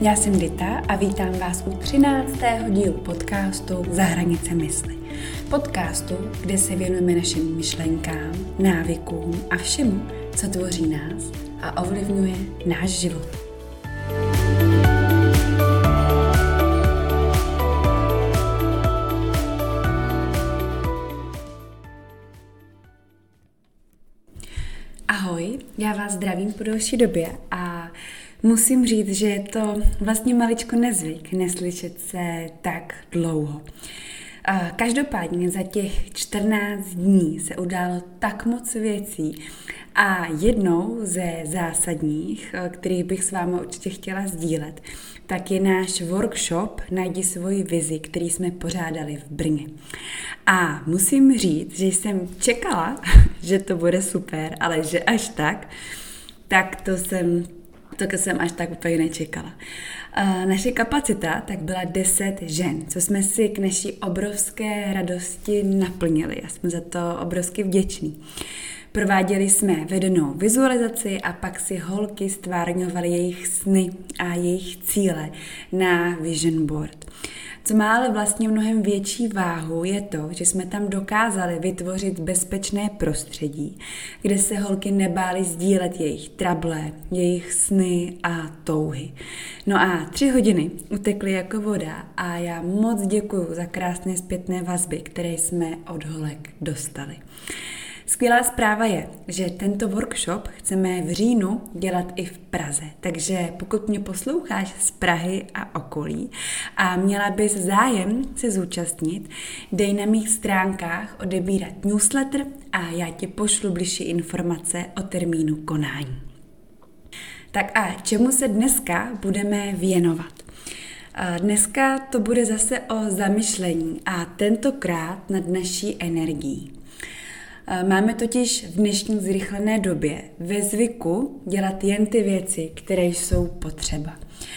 Já jsem Dita a vítám vás u 13. dílu podcastu Za hranice mysli. Podcastu, kde se věnujeme našim myšlenkám, návykům a všemu, co tvoří nás a ovlivňuje náš život. Ahoj, já vás zdravím po delší době a musím říct, že je to vlastně maličko nezvyk neslyšet se tak dlouho. Každopádně za těch 14 dní se událo tak moc věcí a jednou ze zásadních, kterých bych s vámi určitě chtěla sdílet, tak je náš workshop Najdi svoji vizi, který jsme pořádali v Brně. A musím říct, že jsem čekala, že to bude super, ale že až tak to jsem až tak úplně nečekala. Naše kapacita tak byla 10 žen, co jsme si k naší obrovské radosti naplnili a jsme za to obrovsky vděční. Prováděli jsme vedenou vizualizaci a pak si holky stvárňovaly jejich sny a jejich cíle na vision board. Co má ale vlastně mnohem větší váhu je to, že jsme tam dokázali vytvořit bezpečné prostředí, kde se holky nebály sdílet jejich trable, jejich sny a touhy. No a 3 hodiny utekly jako voda a já moc děkuju za krásné zpětné vazby, které jsme od holek dostali. Skvělá zpráva je, že tento workshop chceme v říjnu dělat i v Praze, takže pokud mě posloucháš z Prahy a okolí a měla bys zájem se zúčastnit, dej na mých stránkách odebírat newsletter a já ti pošlu bližší informace o termínu konání. Tak a čemu se dneska budeme věnovat? Dneska to bude zase o zamyšlení a tentokrát nad naší energií. Máme totiž v dnešní zrychlené době ve zvyku dělat jen ty věci, které jsou potřeba.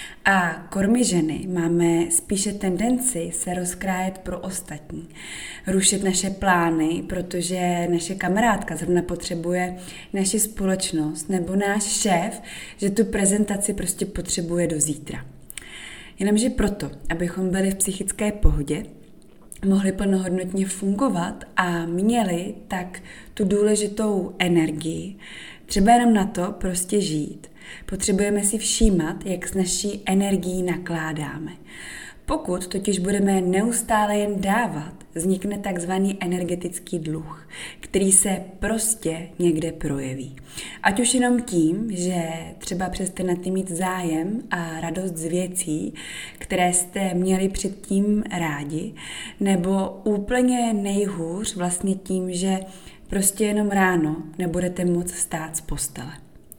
A my ženy máme spíše tendenci se rozkrájet pro ostatní, rušit naše plány, protože naše kamarádka zrovna potřebuje naši společnost nebo náš šéf, že tu prezentaci prostě potřebuje do zítra. Jenomže proto, abychom byli v psychické pohodě, mohli plnohodnotně fungovat a měli tak tu důležitou energii, třeba jenom na to prostě žít. Potřebujeme si všímat, jak s naší energií nakládáme. Pokud totiž budeme neustále jen dávat, vznikne takzvaný energetický dluh, který se prostě někde projeví. Ať už jenom tím, že třeba přestanete mít zájem a radost z věcí, které jste měli předtím rádi, nebo úplně nejhůř vlastně tím, že prostě jenom ráno nebudete moct vstát z postele.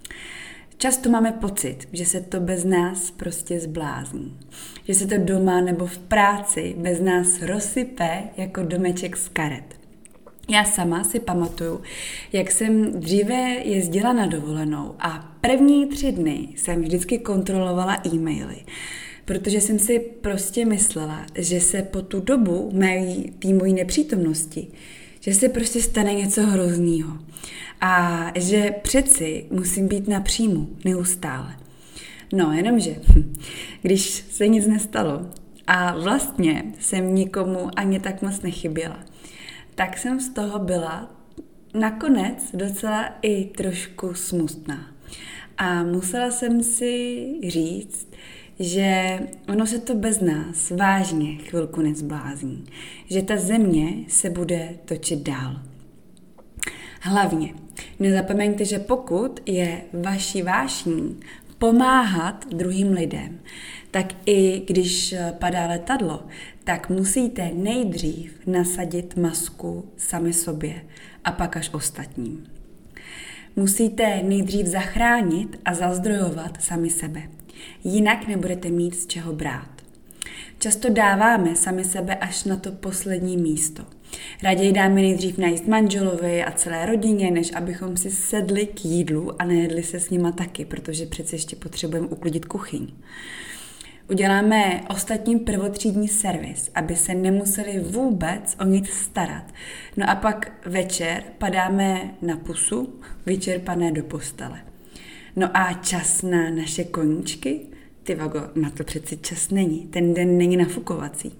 Často máme pocit, že se to bez nás prostě zblázní. Že se to doma nebo v práci bez nás rozsype jako domeček z karet. Já sama si pamatuju, jak jsem dříve jezdila na dovolenou a první 3 dny jsem vždycky kontrolovala e-maily, protože jsem si prostě myslela, že se po tu dobu mojí nepřítomnosti, že se prostě stane něco hroznýho a že přeci musím být na příjmu neustále. No, jenomže, když se nic nestalo a vlastně jsem nikomu ani tak moc nechyběla, tak jsem z toho byla nakonec docela i trošku smutná. A musela jsem si říct, že ono se to bez nás vážně chvilku nezblázní, že ta země se bude točit dál. Hlavně nezapomeňte, že pokud je vaší vášní pomáhat druhým lidem, tak i když padá letadlo, tak musíte nejdřív nasadit masku sami sobě a pak až ostatním. Musíte nejdřív zachránit a zazdrojovat sami sebe. Jinak nebudete mít z čeho brát. Často dáváme sami sebe až na to poslední místo. Raději dáme nejdřív najíst manželovi a celé rodině, než abychom si sedli k jídlu a nejedli se s nima taky, protože přece ještě potřebujeme uklidit kuchyň. Uděláme ostatním prvotřídní servis, aby se nemuseli vůbec o nic starat. No a pak večer padáme na pusu, vyčerpané do postele. No a čas na naše koníčky? Ty vago, na to přeci čas není. Ten den není nafukovací.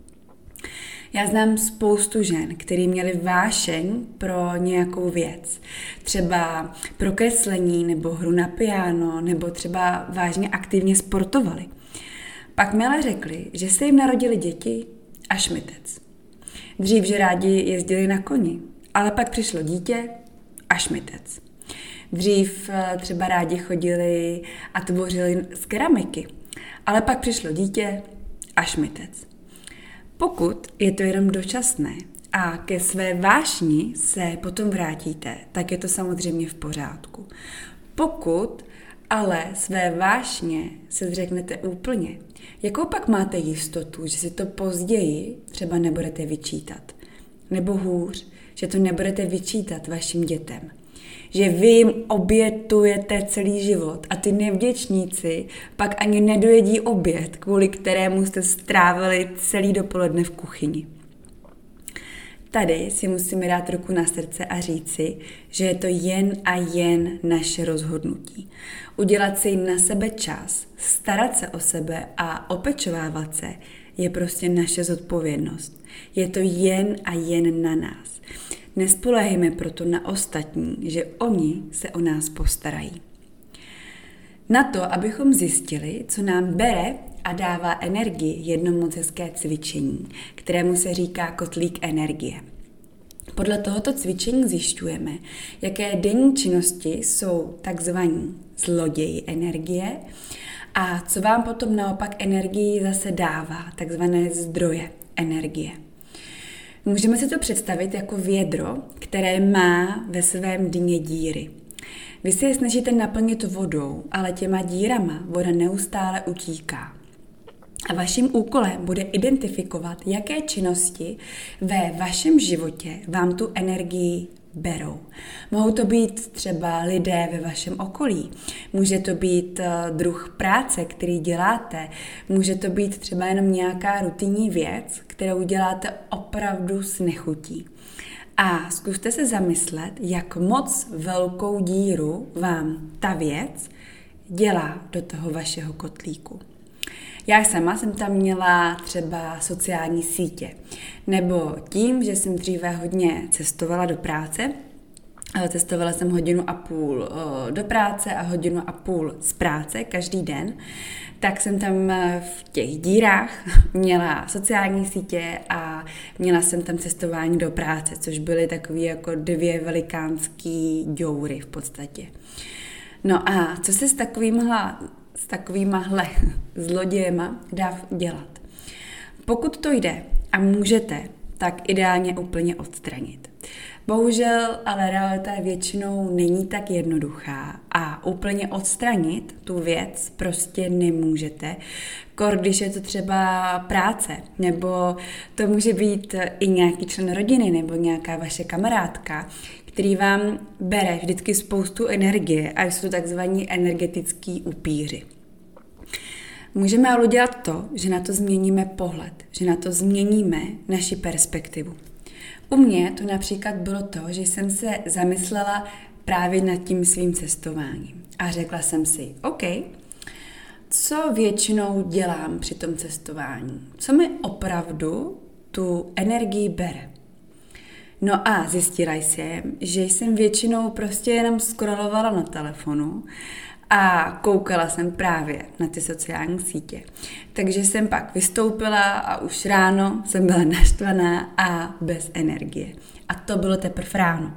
Já znám spoustu žen, které měly vášeň pro nějakou věc. Třeba pro kreslení, nebo hru na piano, nebo třeba vážně aktivně sportovali. Pak mi ale řekli, že se jim narodili děti a šmitec. Dřív, že rádi jezdili na koni, ale pak přišlo dítě a šmitec. Dřív třeba rádi chodili a tvořili z keramiky, ale pak přišlo dítě a šmitec. Pokud je to jenom dočasné a ke své vášni se potom vrátíte, tak je to samozřejmě v pořádku. Pokud ale své vášně se zřeknete úplně, jakou pak máte jistotu, že si to později třeba nebudete vyčítat? Nebo hůř, že to nebudete vyčítat vašim dětem? Že vy jim obětujete celý život a ty nevděčníci pak ani nedojedí oběd, kvůli kterému jste strávili celý dopoledne v kuchyni. Tady si musíme dát ruku na srdce a říci, že je to jen a jen naše rozhodnutí. Udělat si na sebe čas, starat se o sebe a opečovávat se je prostě naše zodpovědnost. Je to jen a jen na nás. Nespoléhejme proto na ostatní, že oni se o nás postarají. Na to, abychom zjistili, co nám bere a dává energii, jedno moc hezké cvičení, kterému se říká kotlík energie. Podle tohoto cvičení zjišťujeme, jaké denní činnosti jsou takzvaní zloději energie a co vám potom naopak energii zase dává, takzvané zdroje energie. Můžeme si to představit jako vědro, které má ve svém dně díry. Vy si je snažíte naplnit vodou, ale těma dírama voda neustále utíká. A vaším úkolem bude identifikovat, jaké činnosti ve vašem životě vám tu energii berou. Mohou to být třeba lidé ve vašem okolí, může to být druh práce, který děláte, může to být třeba jenom nějaká rutinní věc, kterou děláte opravdu s nechutí. A zkuste se zamyslet, jak moc velkou díru vám ta věc dělá do toho vašeho kotlíku. Já sama jsem tam měla třeba sociální sítě, nebo tím, že jsem dříve hodně cestovala do práce, cestovala jsem 1,5 hodiny do práce a 1,5 hodiny z práce každý den, tak jsem tam v těch dírách měla sociální sítě a měla jsem tam cestování do práce, což byly takové jako 2 velikánský děury v podstatě. No a co se s takovýmahle zlodějema dá dělat? Pokud to jde a můžete, tak ideálně úplně odstranit. Bohužel, ale realita většinou není tak jednoduchá a úplně odstranit tu věc prostě nemůžete, když je to třeba práce, nebo to může být i nějaký člen rodiny, nebo nějaká vaše kamarádka, který vám bere vždycky spoustu energie a jsou to takzvaní energetický upíři. Můžeme ale udělat to, že na to změníme pohled, že na to změníme naši perspektivu. U mě to například bylo to, že jsem se zamyslela právě nad tím svým cestováním a řekla jsem si, OK, co většinou dělám při tom cestování? Co mi opravdu tu energii bere? No a zjistila jsem, že jsem většinou prostě jenom scrollovala na telefonu a koukala jsem právě na ty sociální sítě. Takže jsem pak vystoupila a už ráno jsem byla naštvaná a bez energie. A to bylo teprve ráno.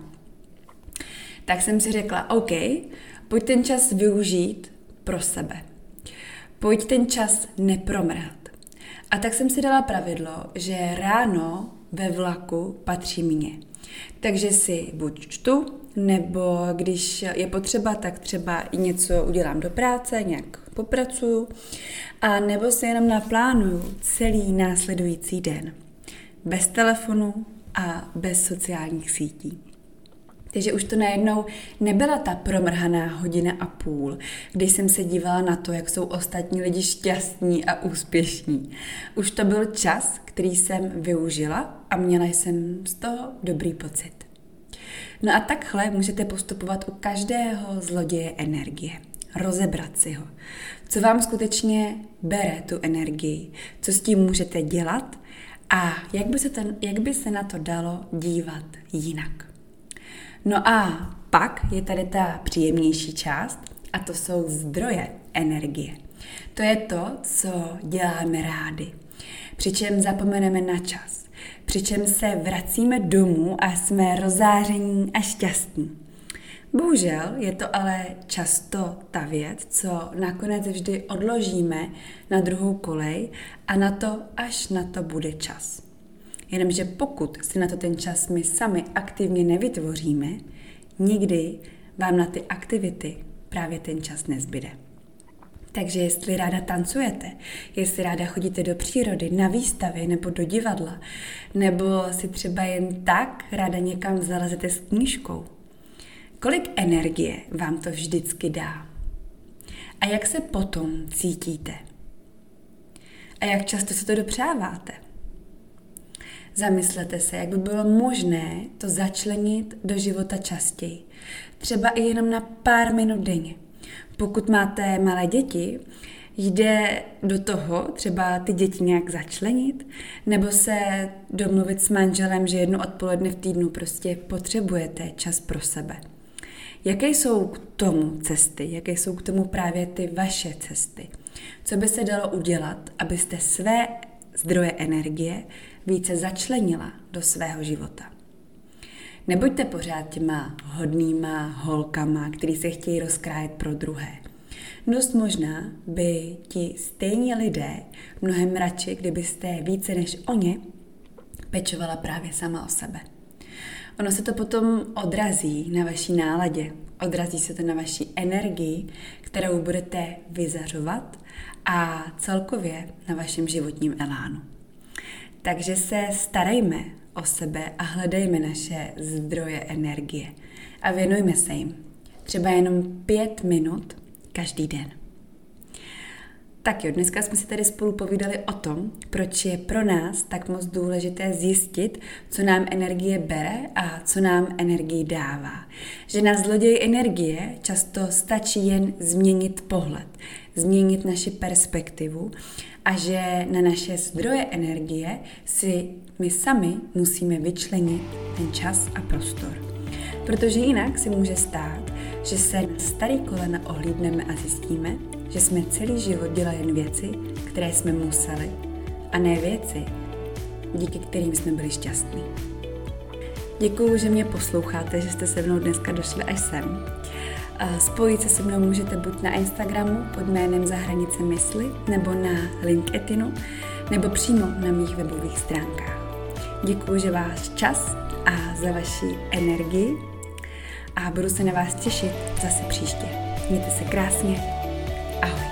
Tak jsem si řekla, OK, pojď ten čas využít pro sebe. Pojď ten čas nepromrhat. A tak jsem si dala pravidlo, že ráno ve vlaku patří mně. Takže si buď čtu, nebo když je potřeba, tak třeba i něco udělám do práce, nějak popracuju, a nebo si jenom naplánuju celý následující den. Bez telefonu a bez sociálních sítí. Takže už to najednou nebyla ta promrhaná 1,5 hodiny, kdy jsem se dívala na to, jak jsou ostatní lidi šťastní a úspěšní. Už to byl čas, který jsem využila a měla jsem z toho dobrý pocit. No a takhle můžete postupovat u každého zloděje energie. rozebrat si ho. Co vám skutečně bere tu energii, co s tím můžete dělat a jak by se na to dalo dívat jinak. No a pak je tady ta příjemnější část a to jsou zdroje energie. To je to, co děláme rádi, přičem zapomeneme na čas, přičem se vracíme domů a jsme rozáření a šťastní. Bohužel je to ale často ta věc, co nakonec vždy odložíme na druhou kolej a na to, až na to bude čas. Jenomže pokud si na to ten čas my sami aktivně nevytvoříme, nikdy vám na ty aktivity právě ten čas nezbyde. Takže jestli ráda tancujete, jestli ráda chodíte do přírody, na výstavy nebo do divadla, nebo si třeba jen tak ráda někam zalezete s knížkou, kolik energie vám to vždycky dá? A jak se potom cítíte? A jak často se to dopřáváte? Zamyslete se, jak by bylo možné to začlenit do života častěji. Třeba i jenom na pár minut denně. Pokud máte malé děti, jde do toho třeba ty děti nějak začlenit, nebo se domluvit s manželem, že jedno odpoledne v týdnu prostě potřebujete čas pro sebe. Jaké jsou k tomu cesty? Jaké jsou k tomu právě ty vaše cesty? Co by se dalo udělat, abyste své zdroje energie více začlenila do svého života? Nebuďte pořád těma hodnýma holkama, který se chtějí rozkrájet pro druhé. Dost možná by ti stejní lidé mnohem radši, kdybyste více než oni pečovala právě sama o sebe. Ono se to potom odrazí na vaší náladě, odrazí se to na vaší energii, kterou budete vyzařovat a celkově na vašem životním elánu. Takže se starejme o sebe a hledejme naše zdroje energie a věnujme se jim. Třeba jenom 5 minut každý den. Tak jo, dneska jsme si tady spolu povídali o tom, proč je pro nás tak moc důležité zjistit, co nám energie bere a co nám energii dává. Že na zloděj energie často stačí jen změnit pohled, změnit naši perspektivu a že na naše zdroje energie si my sami musíme vyčlenit ten čas a prostor. Protože jinak se může stát, že se na starý kolena ohlídneme a zjistíme, že jsme celý život dělali jen věci, které jsme museli, a ne věci, díky kterým jsme byli šťastní. Děkuju, že mě posloucháte, že jste se mnou dneska došli až sem. Spojit se se mnou můžete buď na Instagramu pod jménem Za hranice mysli, nebo na LinkedInu, nebo přímo na mých webových stránkách. Děkuju, že váš čas a za vaši energii a budu se na vás těšit zase příště. Mějte se krásně. Ahoj.